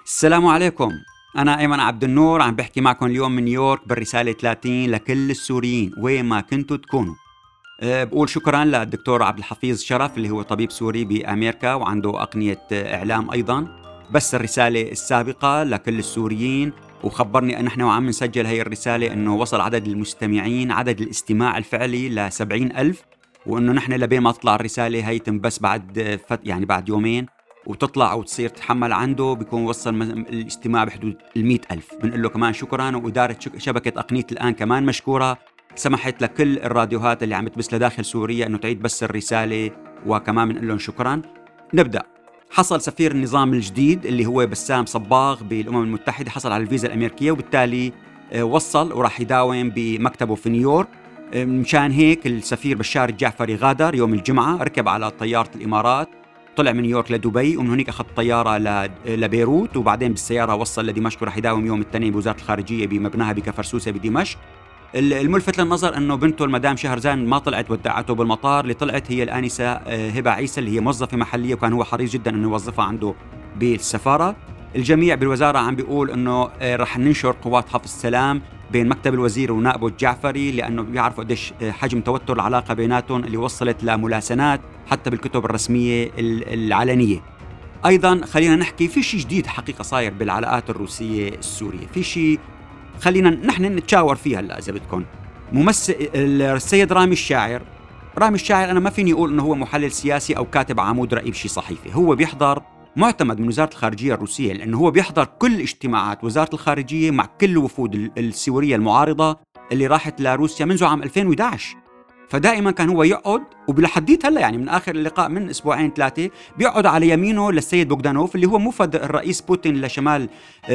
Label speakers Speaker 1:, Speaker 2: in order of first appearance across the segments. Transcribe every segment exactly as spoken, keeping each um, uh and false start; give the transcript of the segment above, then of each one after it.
Speaker 1: السلام عليكم. أنا أيمن عبد النور عم بحكي معكم اليوم من نيويورك بالرسالة ثلاثين لكل السوريين وين ما كنتوا تكونوا. أه بقول شكرا للدكتور عبد الحفيظ شرف اللي هو طبيب سوري بأمريكا وعنده أقنية إعلام أيضا، بس الرسالة السابقة لكل السوريين وخبرني أن احنا وعم نسجل هاي الرسالة أنه وصل عدد المستمعين عدد الاستماع الفعلي لسبعين ألف، وأنه نحن لبين ما تطلع الرسالة هي تم بس بعد فت يعني بعد يومين وتطلع أو تصير تحمل عنده بيكون وصل الاستماع بحدود المئة ألف. بنقول له كمان شكرا، وإدارة شبكة أقنية الآن كمان مشكورة، سمحت لكل الراديوهات اللي عم تبث لداخل سوريا أنه تعيد بس الرسالة، وكمان بنقول لهم شكرا. نبدأ. حصل سفير النظام الجديد اللي هو بسام صباغ بالأمم المتحدة، حصل على الفيزا الأمريكية وبالتالي وصل وراح يداوم بمكتبه في نيويورك. مشان هيك السفير بشار الجعفري غادر يوم الجمعة، ركب على طيارة الإمارات، طلع من نيويورك لدبي، ومن هناك أخذ طيارة لبيروت، وبعدين بالسيارة وصل لدمشق وراح يداوم يوم الاثنين بوزارة الخارجية بمبناها بكفرسوسة بدمشق. الملفت للنظر أنه بنته المدام شهرزان ما طلعت ودعته بالمطار، اللي طلعت هي الآنسة هبة عيسى اللي هي موظفة محلية، وكان هو حريص جدا أنه يوظفها عنده بالسفارة. الجميع بالوزارة عم بيقول أنه رح ننشر قوات حفظ السلام بين مكتب الوزير ونائبه الجعفري، لأنه بيعرفوا قديش حجم توتر العلاقة بيناتهم اللي وصلت لملاسنات حتى بالكتب الرسمية العلنية. أيضا خلينا نحكي في شيء جديد حقيقة صاير بالعلاقات الروسية السورية، في شيء خلينا نحن نتشاور فيها هلا إذا بدكم. ممثل السيد رامي الشاعر، رامي الشاعر أنا ما فيني أقول إنه هو محلل سياسي أو كاتب عمود رأي بشي صحيفة، هو بيحضر معتمد من وزارة الخارجية الروسية، لأنه هو بيحضر كل اجتماعات وزارة الخارجية مع كل الوفود السورية المعارضة اللي راحت لروسيا منذ عام ألفين وإحدى عشر. فدائما كان هو يقعد، وبلحديت هلا يعني من آخر اللقاء من أسبوعين ثلاثة بيقعد على يمينه للسيد بوغدانوف اللي هو موفد الرئيس بوتين لشمال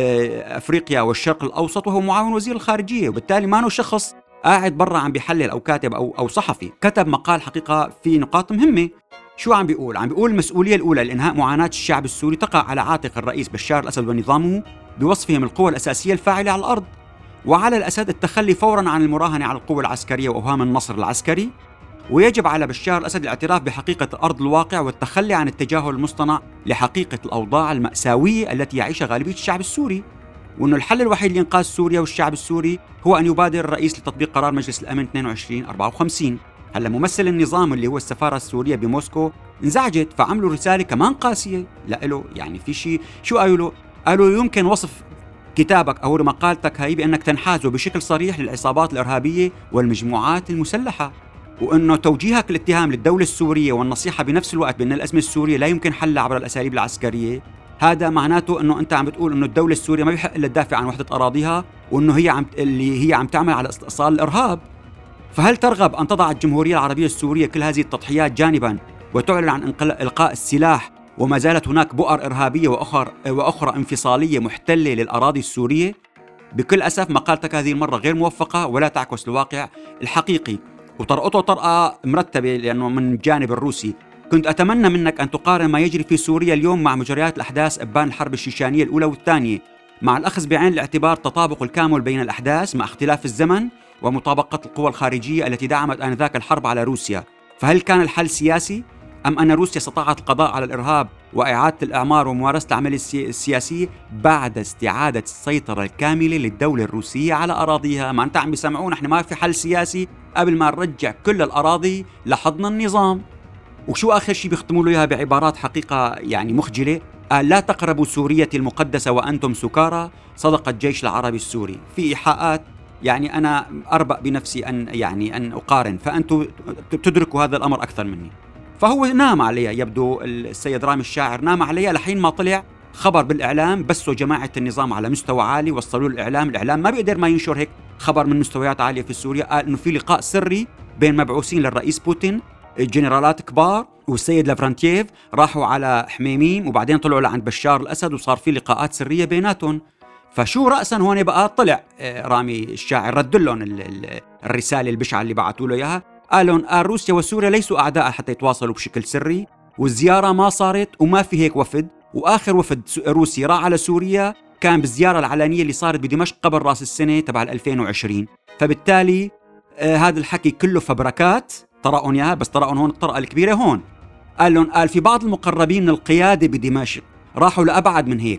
Speaker 1: أفريقيا والشرق الأوسط، وهو معاون وزير الخارجية، وبالتالي ما هو شخص قاعد برا عم بيحلل أو كاتب أو, أو صحفي. كتب مقال حقيقة في نقاط مهمة. شو عم بيقول؟ عم بيقول المسؤولية الأولى لإنهاء معاناة الشعب السوري تقع على عاتق الرئيس بشار الأسد ونظامه بوصفهم القوى الأساسية الفاعلة على الأرض، وعلى الأسد التخلي فوراً عن المراهنة على القوة العسكرية وأوهام النصر العسكري، ويجب على بشار الأسد الاعتراف بحقيقة أرض الواقع والتخلي عن التجاهل المصطنع لحقيقة الأوضاع المأساوية التي يعيشها غالبية الشعب السوري، وأنه الحل الوحيد لإنقاذ سوريا والشعب السوري هو أن يبادر الرئيس لتطبيق قرار مجلس الأمن اثنين وعشرين أربعة وخمسين. هلا ممثل النظام اللي هو السفارة السورية بموسكو انزعجت، فعملوا رسالة كمان قاسية لإله. يعني في شيء شو قالوا له؟ قالوا يمكن وصف كتابك أو مقالتك هاي بأنك تنحاز بشكل صريح للعصابات الإرهابية والمجموعات المسلحة، وأنه توجيهك الاتهام للدولة السورية والنصيحة بنفس الوقت بأن الأزمة السورية لا يمكن حلها عبر الأساليب العسكرية، هذا معناته أنه أنت عم بتقول أنه الدولة السورية ما بيحق إلا تدافع عن وحدة أراضيها، وأنه هي عم اللي هي عم تعمل على استئصال الإرهاب. فهل ترغب أن تضع الجمهورية العربية السورية كل هذه التضحيات جانبا وتعلن عن إلقاء السلاح وما زالت هناك بؤر إرهابية وأخرى, وأخرى انفصالية محتلة للأراضي السورية؟ بكل أسف مقالتك هذه المرة غير موفقة ولا تعكس الواقع الحقيقي، وطرقته طرقة مرتبة لأنه من الجانب الروسي. كنت أتمنى منك أن تقارن ما يجري في سوريا اليوم مع مجريات الأحداث أبان الحرب الشيشانية الأولى والثانية، مع الأخذ بعين الاعتبار التطابق الكامل بين الأحداث مع اختلاف الزمن ومطابقة القوى الخارجية التي دعمت آنذاك الحرب على روسيا. فهل كان الحل سياسي؟ أم أن روسيا استطاعت القضاء على الإرهاب وإعادة الإعمار وممارسة العملية السياسية بعد استعادة السيطرة الكاملة للدولة الروسية على أراضيها؟ ما أنت عم بيسمعون إحنا ما في حل سياسي قبل ما نرجع كل الأراضي لحضن النظام. وشو آخر شيء بيختموا له إياها بعبارات حقيقة يعني مخجلة؟ قال لا تقربوا سورية المقدسة وأنتم سكارى، صدق الجيش العربي السوري. في إيحاءات يعني أنا أربأ بنفسي أن يعني أن أقارن، فأنتم تدركوا هذا الأمر أكثر مني. فهو نام عليها، يبدو السيد رامي الشاعر نام عليها لحين ما طلع خبر بالإعلام، بسوا جماعة النظام على مستوى عالي، وصلوا الإعلام الإعلام ما بيقدر ما ينشر هيك خبر من مستويات عالية في سوريا. قال إنه في لقاء سري بين مبعوثين للرئيس بوتين، جنرالات كبار والسيد لافرانتييف راحوا على حميميم وبعدين طلعوا لعند بشار الأسد وصار في لقاءات سرية بيناتهم. فشو رأسا هون بقى طلع رامي الشاعر رد لهم الرسالة البشعة اللي بعثوا له إياها، قالون قال روسيا وسوريا ليسوا أعداء حتى يتواصلوا بشكل سري، والزيارة ما صارت وما في هيك وفد، وآخر وفد روسي راح على سوريا كان بالزيارة العلنية اللي صارت بدمشق قبل رأس السنة تبع ألفين وعشرين. فبالتالي آه هذا الحكي كله فبركات طرقون إياها، بس طرقون هون الطرقة الكبيرة هون. قال لهم قال في بعض المقربين من القيادة بدمشق راحوا لأبعد من هيك،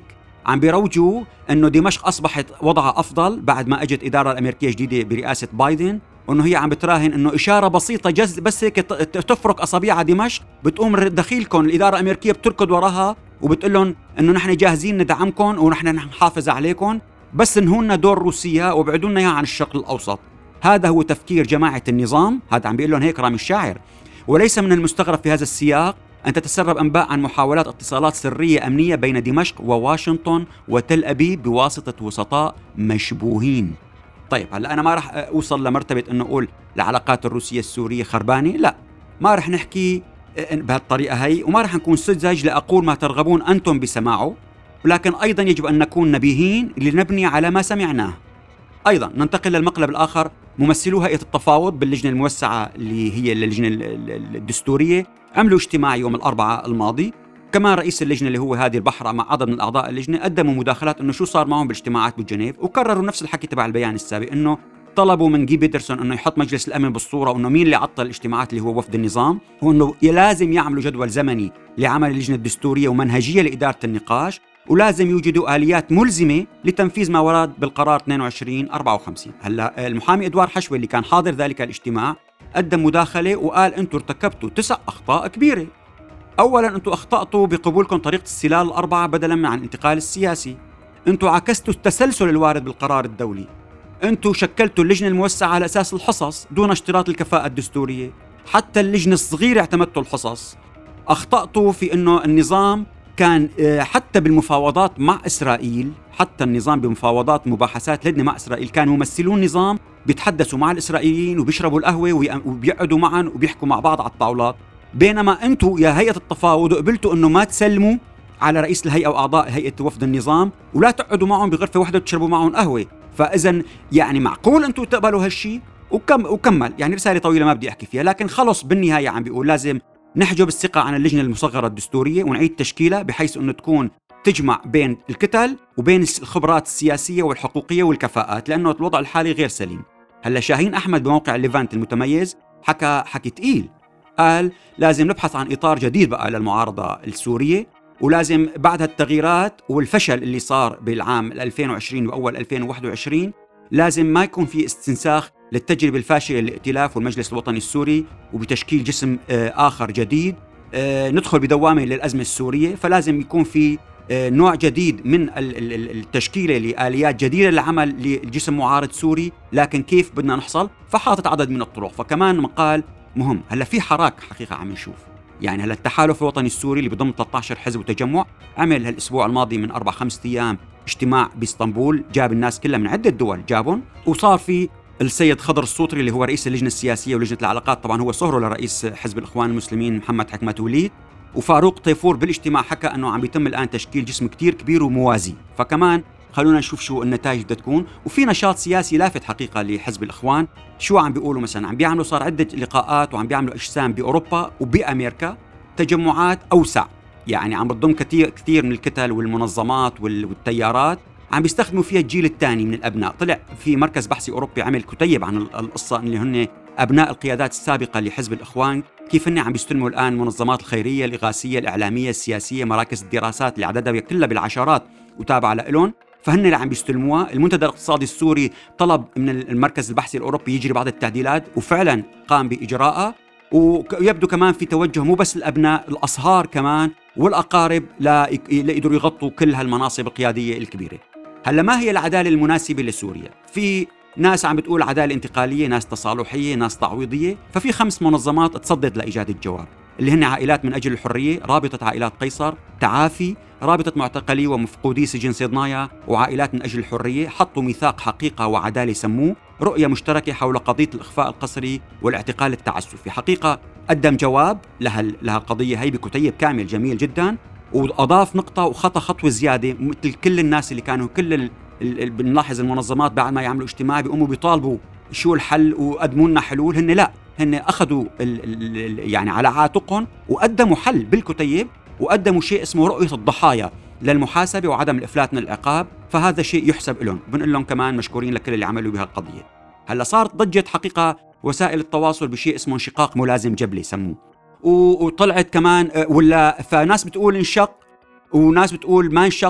Speaker 1: عم بيروجوا انه دمشق اصبحت وضعها افضل بعد ما اجت اداره الامريكيه جديده برئاسه بايدن، وانه هي عم بتراهن انه اشاره بسيطه جز بس هيك تفرك اصابعها دمشق بتقوم دخيلكم الاداره الامريكيه بتركض وراها وبتقول لهم انه نحن جاهزين ندعمكم ونحن نحافظ عليكم، بس انهولنا دور روسيا وابعدونا اياها عن الشرق الاوسط. هذا هو تفكير جماعه النظام، هذا عم بيقول لهم هيك رامي الشاعر. وليس من المستغرب في هذا السياق أن تتسرب أنباء عن محاولات اتصالات سرية أمنية بين دمشق وواشنطن وتل أبيب بواسطة وسطاء مشبوهين. طيب هلا أنا ما رح أوصل لمرتبة أنه أقول العلاقات الروسية السورية خربانة، لا، ما رح نحكي بهالطريقة هي، وما رح نكون سذج لأقول ما ترغبون أنتم بسماعه، ولكن أيضا يجب أن نكون نبيهين لنبني على ما سمعناه. أيضا ننتقل للمقلب الآخر. ممثلو هيئة التفاوض باللجنة الموسعة اللي هي اللجنة الدستورية عملوا اجتماع يوم الأربعاء الماضي. كمان رئيس اللجنة اللي هو هادي البحرة مع عدد من أعضاء اللجنة قدموا مداخلات إنه شو صار معهم بالاجتماعات بجنيف، وكرروا نفس الحكي تبع البيان السابق، إنه طلبوا من جي بيترسون إنه يحط مجلس الأمن بالصورة، وإنه مين اللي عطل الاجتماعات اللي هو وفد النظام، وإنه لازم يعملوا جدول زمني لعمل اللجنة الدستورية ومنهجية لإدارة النقاش، ولازم يوجدوا آليات ملزمة لتنفيذ ما ورد بالقرار اثنين وعشرين أربعة وخمسين. هلا المحامي إدوار حشوي اللي كان حاضر ذلك الاجتماع قدم مداخلة وقال أنتم ارتكبتوا تسع أخطاء كبيرة. أولا أنتم أخطأتوا بقبولكم طريقة السلال الأربعة بدلا من الانتقال السياسي. أنتم عكستوا التسلسل الوارد بالقرار الدولي. أنتم شكلتوا اللجنة الموسعة على أساس الحصص دون اشتراط الكفاءة الدستورية. حتى اللجنة الصغيرة اعتمدتوا الحصص. أخطأتوا في أنه النظام كان حتى بالمفاوضات مع إسرائيل، حتى النظام بمفاوضات مباحثات لدنة مع إسرائيل كانوا ممثلون النظام بيتحدثوا مع الإسرائيليين وبيشربوا القهوة وبيقعدوا معا وبيحكوا مع بعض على الطاولات، بينما أنتوا يا هيئة التفاوض قبلتوا أنه ما تسلموا على رئيس الهيئة وأعضاء هيئة وفد النظام ولا تقعدوا معهم بغرفة واحدة وتشربوا معهم قهوة. فإذا يعني معقول أنتوا تقبلوا هالشي؟ وكم وكمل يعني رسالة طويلة ما بدي أحكي فيها، لكن خلص بالنهاية عم بيقول لازم نحجب الثقة عن اللجنة المصغرة الدستورية ونعيد تشكيلها بحيث أنه تكون تجمع بين الكتل وبين الخبرات السياسية والحقوقية والكفاءات، لأنه الوضع الحالي غير سليم. هلا شاهين أحمد بموقع ليفانت المتميز حكى حكي تقيل، قال لازم نبحث عن إطار جديد بقى للمعارضة السورية، ولازم بعد هالتغييرات والفشل اللي صار بالعام ألفين وعشرين وأول ألفين وواحد وعشرين لازم ما يكون في استنساخ للتجربة الفاشلة للائتلاف والمجلس الوطني السوري وبتشكيل جسم آخر جديد ندخل بدوامة للأزمة السورية. فلازم يكون في نوع جديد من التشكيلة لآليات جديدة للعمل لجسم معارض سوري، لكن كيف بدنا نحصل؟ فحاطت عدد من الطرق. فكمان مقال مهم. هلا في حراك حقيقة عم نشوف، يعني هلا التحالف الوطني السوري اللي بضم ثلاثة عشر حزب وتجمع عمل هالأسبوع الماضي من أربع خمسة أيام اجتماع باسطنبول، جاب الناس كلها من عدة دول جابهم، وصار في السيد خضر السوطري اللي هو رئيس اللجنة السياسية ولجنة العلاقات، طبعا هو صهره لرئيس حزب الإخوان المسلمين محمد حكمة وليد، وفاروق طيفور بالاجتماع حكى أنه عم بيتم الآن تشكيل جسم كتير كبير وموازي. فكمان خلونا نشوف شو النتائج بدها تكون. وفي نشاط سياسي لافت حقيقة لحزب الإخوان، شو عم بيقولوا مثلا؟ عم بيعملوا صار عدة لقاءات وعم بيعملوا اجسام بأوروبا وبأمريكا، تجمعات أوسع، يعني عم بتضم كتير كثير من الكتل والمنظمات والتيارات، عم بيستخدموا فيها الجيل الثاني من الأبناء. طلع في مركز بحثي أوروبي عمل كتيب عن القصة اللي هن أبناء القيادات السابقة لحزب الإخوان، كيف هن عم بيستلموا الآن منظمات الخيرية الإغاثية الإعلامية السياسية، مراكز الدراسات اللي عددها كلها بالعشرات وتابعة لإلهم، فهن اللي عم بيستلموها. المنتدى الاقتصادي السوري طلب من المركز البحثي الأوروبي يجري بعض التعديلات وفعلا قام بإجراءها. ويبدو كمان في توجه مو بس الأبناء، الأصهار كمان والأقارب لا يقدروا يغطوا كل هالمناصب القيادية الكبيرة. هلا ما هي العدالة المناسبة لسوريا؟ في ناس عم بتقول عدالة انتقالية، ناس تصالحية، ناس تعويضية. ففي خمس منظمات تصدت لإيجاد الجواب، اللي هن عائلات من أجل الحرية، رابطة عائلات قيصر، تعافي، رابطة معتقلي ومفقودي سجن صيدنايا، وعائلات من أجل الحرية. حطوا ميثاق حقيقة وعدالة سموه، رؤية مشتركة حول قضية الإخفاء القسري والاعتقال التعسفي. حقيقة قدم جواب لها القضية هي بكتيب كامل جميل جدا، وأضاف نقطة وخطأ خطوة زيادة مثل كل الناس اللي كانوا كل ال... ال... بنلاحظ المنظمات بعد ما يعملوا اجتماع بيقوموا بيطالبوا شو الحل وقدموا لنا حلول. هن لا، هن أخذوا ال... ال... يعني على عاتقهم وقدموا حل بالكتيب، وقدموا شيء اسمه رؤية الضحايا للمحاسبة وعدم الإفلات من العقاب. فهذا شيء يحسب لهم، بنقول لهم كمان مشكورين لكل اللي عملوا بهالقضية. هلا صارت ضجت حقيقة وسائل التواصل بشيء اسمه انشقاق ملازم جبلي سموه، وطلعت كمان ولا فناس بتقول انشق وناس بتقول ما انشق.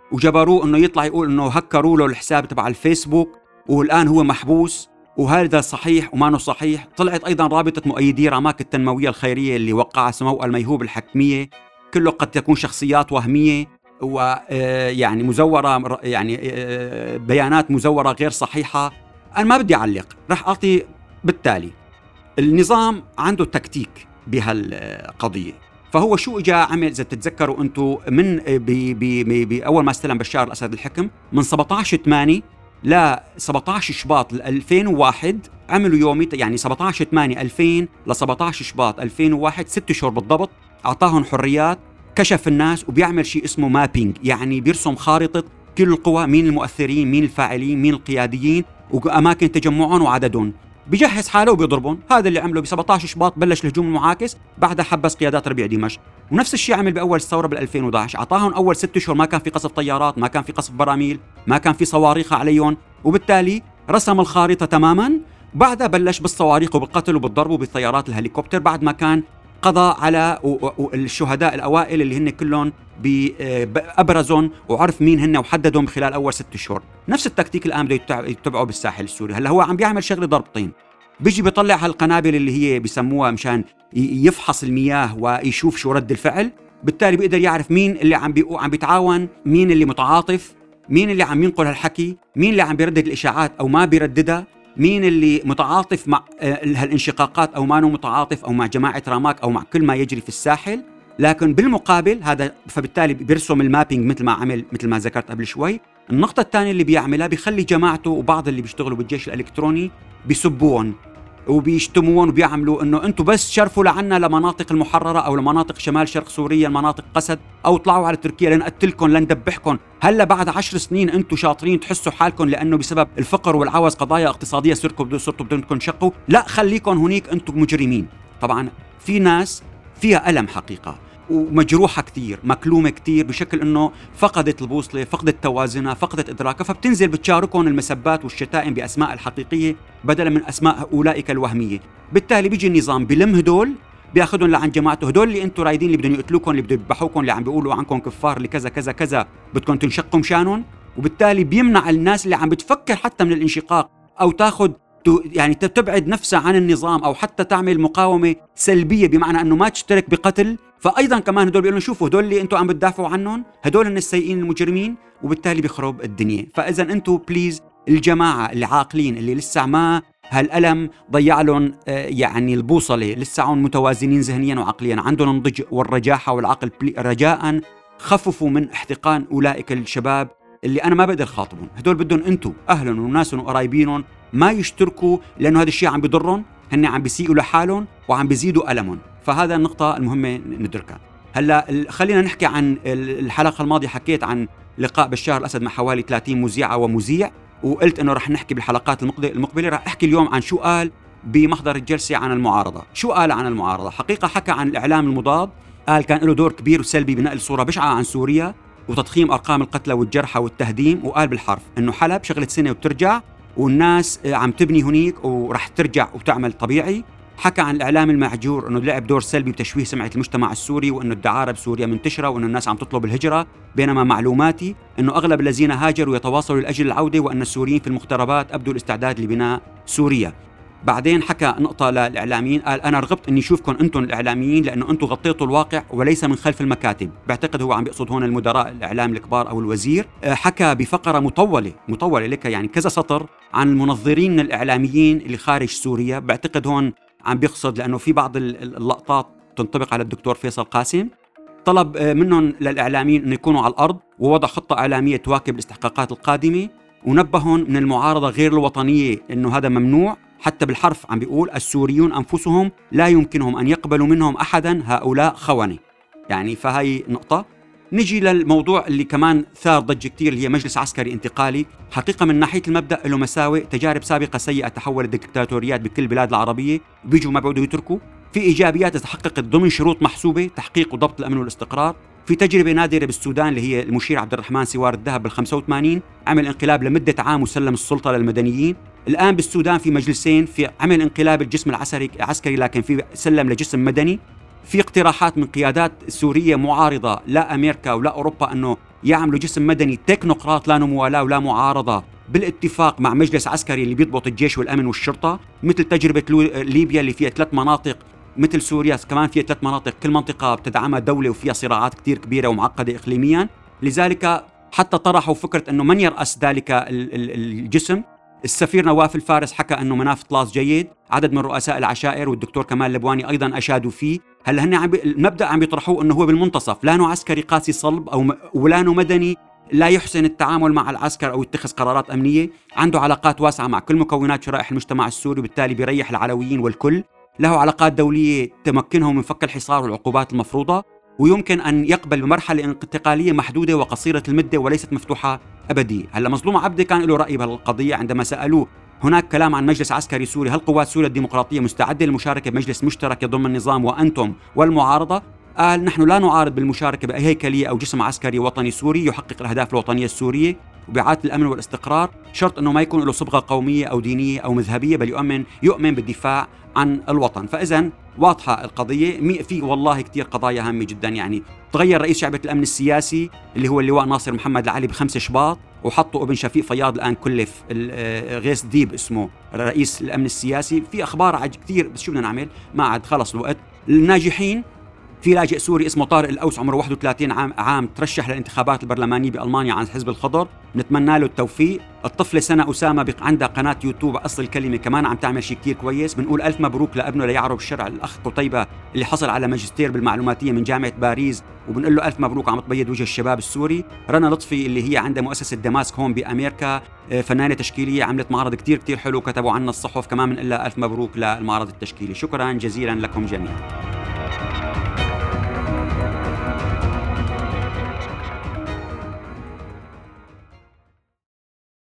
Speaker 1: وجبروه انه يطلع يقول انه هكروا له الحساب تبع الفيسبوك والان هو محبوس، وهذا صحيح وما صحيح. طلعت ايضا رابطه مؤيدي راماك التنمويه الخيريه اللي وقع سمو الميهوب الحكميه، كله قد تكون شخصيات وهميه ويعني مزوره، يعني بيانات مزوره غير صحيحه. انا ما بدي اعلق، رح اعطي بالتالي. النظام عنده تكتيك بهالقضيه، فهو شو اجى عمل؟ اذا بتتذكروا انتم من بي بي بي اول ما استلم بشار الاسد الحكم من سبعة عشر ثمانية ل سبعة عشر شباط ألفين وواحد، عملوا يومي يعني سبعة عشر ثمانية ألفين ل سبعة عشر شباط ألفين وواحد، ست شهور بالضبط. اعطاهم حريات، كشف الناس، وبيعمل شيء اسمه مابينج، يعني بيرسم خارطه كل القوى، مين المؤثرين، مين الفاعلين، مين القياديين، واماكن تجمعهم وعددهم. بجهز حاله وبيضربهم. هذا اللي عمله ب سبعة عشر شباط، بلش الهجوم المعاكس، بعدها حبس قيادات ربيع دمشق. ونفس الشيء عمل باول الثوره بال ألفين وإحدى عشر، اعطاهم اول ست اشهر ما كان في قصف طيارات، ما كان في قصف براميل، ما كان في صواريخ عليهم، وبالتالي رسم الخارطه تماما. بعدها بلش بالصواريخ وبالقتل وبالضرب وبالطيارات الهليكوبتر، بعد ما كان قضى على الشهداء الاوائل اللي هن كلهم بأبرزهم، وعرف مين هن وحددهم خلال اول ست اشهر. نفس التكتيك الان بده يتبعه بالساحل السوري. هلا هو عم بيعمل شغله ضربتين، بيجي بيطلع هالقنابل اللي هي بيسموها مشان يفحص المياه ويشوف شو رد الفعل، بالتالي بيقدر يعرف مين اللي عم بيقو عم بيتعاون، مين اللي متعاطف، مين اللي عم ينقل هالحكي، مين اللي عم بيردد الاشاعات او ما بيرددها، مين اللي متعاطف مع هالانشقاقات او ما متعاطف، او مع جماعه راماك او مع كل ما يجري في الساحل. لكن بالمقابل هذا، فبالتالي بيرسم المابينج مثل ما عمل، مثل ما ذكرت قبل شوي. النقطه الثانيه اللي بيعملها، بيخلي جماعته وبعض اللي بيشتغلوا بالجيش الالكتروني بيسبون وبيشتمون وبيعملوا انه انتم بس شرفوا لعنا لمناطق المحرره او لمناطق شمال شرق سوريا، المناطق قسد، او طلعوا على تركيا لنقتلكم لندبحكم. هلا بعد عشر سنين انتم شاطرين تحسوا حالكم لانه بسبب الفقر والعوز قضايا اقتصاديه صرتوا صرتوا بدكم تنشقوا؟ لا، خليكم هنيك انتم مجرمين. طبعا في ناس فيها ألم حقيقة ومجروحة كتير، مكلومة كتير، بشكل أنه فقدت البوصلة، فقدت توازنها، فقدت إدراكها، فبتنزل بتشاركهم المسبات والشتائم بأسماء الحقيقية بدلا من أسماء أولئك الوهمية. بالتالي بيجي النظام بلم هدول، بياخذهم لعن جماعته، هدول اللي انتم رايدين، اللي بدهم يقتلوكم، اللي بدهم يذبحوكم، اللي عم بيقولوا عنكم كفار، اللي كذا كذا كذا، بدكم تنشقوا مشانهم. وبالتالي بيمنع الناس اللي عم بتفكر حتى من الانشقاق أو تاخذ يعني تبعد نفسها عن النظام، أو حتى تعمل مقاومة سلبية بمعنى أنه ما تشترك بقتل. فأيضا كمان هدول بيقولوا شوفوا هدول اللي أنتم عم بتدافعوا عنهم، هدول من السيئين المجرمين، وبالتالي بيخرب الدنيا. فإذا أنتم بليز، الجماعة اللي عاقلين اللي لسه ما هالألم ضيع لهم يعني البوصلة، لسه عون متوازنين ذهنيا وعقليا، عندهم النضج والرجاحة والعقل، رجاء خففوا من احتقان أولئك الشباب اللي أنا ما بقدر خاطبهم. هدول بدهم أنتم أهلهم وناسهم وقرايبينهم ما يشتركوا، لأنه هذا الشيء عم بيضرهم، هن عم بيسيئوا لحالهم وعم بيزيدوا ألمهم. فهذا النقطة المهمة ندركها. هلا خلينا نحكي عن الحلقة الماضية، حكيت عن لقاء بشار الأسد مع حوالي ثلاثين مذيعة ومذيع، وقلت أنه رح نحكي بالحلقات المقبلة. رح أحكي اليوم عن شو قال بمحضر الجلسة عن المعارضة. شو قال عن المعارضة؟ حقيقة حكى عن الإعلام المضاد، قال كان له دور كبير وسلبي بنقل صورة بشعة عن سوريا وتضخيم أرقام القتلى والجرحى والتهديم، وقال بالحرف أنه حلب شغلت سنة وبترجع، والناس عم تبني هنيك ورح ترجع وتعمل طبيعي. حكى عن الإعلام المهجور أنه لعب دور سلبي بتشويه سمعة المجتمع السوري، وأنه الدعارة بسوريا منتشرة، وأنه الناس عم تطلب الهجرة، بينما معلوماتي أنه أغلب الذين هاجروا يتواصلوا لأجل العودة، وأن السوريين في المختربات أبدوا الاستعداد لبناء سوريا. بعدين حكى نقطة للإعلاميين، قال أنا رغبت أني أشوفكم أنتم الإعلاميين لأنه أنتم غطيتوا الواقع وليس من خلف المكاتب. بعتقد هو عم بيقصد هون المدراء الإعلام الكبار أو الوزير. حكى بفقرة مطولة مطولة لك يعني كذا سطر عن المنظرين من الإعلاميين اللي خارج سوريا. بعتقد هون عم بيقصد، لأنه في بعض اللقطات تنطبق على الدكتور فيصل قاسم، طلب منهم للإعلاميين أن يكونوا على الأرض ووضع خطة إعلامية تواكب الاستحقاقات القادمة، ونبههم من المعارضة غير الوطنية أنه هذا ممنوع. حتى بالحرف عم بيقول السوريون أنفسهم لا يمكنهم أن يقبلوا منهم أحدا، هؤلاء خونة. يعني فهي نقطة. نجي للموضوع اللي كمان ثار ضجة كتير، اللي هي مجلس عسكري انتقالي. حقيقة من ناحية المبدأ له مساوئ، تجارب سابقة سيئة تحولت ديكتاتوريات بكل البلاد العربية، بيجوا ما بيعودوا يتركوا. في إيجابيات تحققت ضمن شروط محسوبة، تحقيق وضبط الأمن والاستقرار. في تجربة نادرة بالسودان اللي هي المشير عبد الرحمن سوار الذهب بالخمسة وثمانين، عمل انقلاب لمدة عام وسلم السلطة للمدنيين. الآن بالسودان في مجلسين، في عمل انقلاب الجسم العسكري العسكري لكن في سلم لجسم مدني. في اقتراحات من قيادات سورية معارضة لا أمريكا ولا أوروبا أنه يعملوا جسم مدني تكنوقراط لا موالاة ولا معارضة بالاتفاق مع مجلس عسكري اللي بيضبط الجيش والأمن والشرطة، مثل تجربة ليبيا اللي فيها ثلاث مناطق، مثل سوريا كمان فيها ثلاث مناطق كل منطقة بتدعمها دولة وفيها صراعات كتير كبيرة ومعقدة إقليميا. لذلك حتى طرحوا فكرة أنه من يرأس ذلك الجسم. السفير نواف الفارس حكى أنه مناف طلاس جيد، عدد من رؤساء العشائر والدكتور كمال لبواني أيضا أشادوا فيه. هل هن عم المبدأ عم يطرحوه أنه هو بالمنتصف، لا نوع عسكري قاسي صلب أو م... ولا نوع مدني لا يحسن التعامل مع العسكر أو يتخذ قرارات أمنية، عنده علاقات واسعة مع كل مكونات شرائح المجتمع السوري، بالتالي بيريح العلويين والكل، له علاقات دولية تمكنهم من فك الحصار والعقوبات المفروضة، ويمكن أن يقبل بمرحلة انتقالية محدودة وقصيرة المدة وليست مفتوحة أبدية. هلا مظلوم عبده كان له رأي بهالقضية عندما سألوه هناك كلام عن مجلس عسكري سوري، هل قوات سوريا الديمقراطية مستعدة للمشاركة بمجلس مشترك يضم النظام وأنتم والمعارضة؟ قال نحن لا نعارض بالمشاركة بأي هيكلية أو جسم عسكري وطني سوري يحقق الأهداف الوطنية السورية وبإعادة الأمن والاستقرار، شرط أنه ما يكون له صبغة قومية أو دينية أو مذهبية، بل يؤمن يؤمن بالدفاع عن الوطن. فإذا واضحة القضية. في والله كتير قضايا هامة جدا. يعني تغير رئيس شعبة الأمن السياسي اللي هو اللواء ناصر محمد العلي بخمسة شباط، وحطوا ابن شفيق فياض الآن كلف غيث ديب اسمه رئيس الأمن السياسي. في أخبار عج كتير، بس شو بدنا نعمل؟ ما عاد خلص الوقت. الناجحين في لاجئ سوري اسمه طارق الأوس عمره واحد وثلاثين عام عام ترشح للانتخابات البرلمانية بألمانيا عن حزب الخضر، نتمنى له التوفيق. الطفلة سنة أسامة بق عندها قناة يوتيوب أصل الكلمة كمان عم تعمل شيء كتير كويس، بنقول ألف مبروك لابنه ليعرب الشرع الأخ قطيبة اللي حصل على ماجستير بالمعلوماتية من جامعة باريس، وبنقول له ألف مبروك عم تبيض وجه الشباب السوري. رنا لطفي اللي هي عندها مؤسسة دماسك هون بأمريكا، فنانة تشكيلية عملت معرض كتير كتير حلو كتبوا عنها الصحف، كمان بنقول لها ألف مبروك للمعرض التشكيلي. شكرا جزيلا لكم جميعا.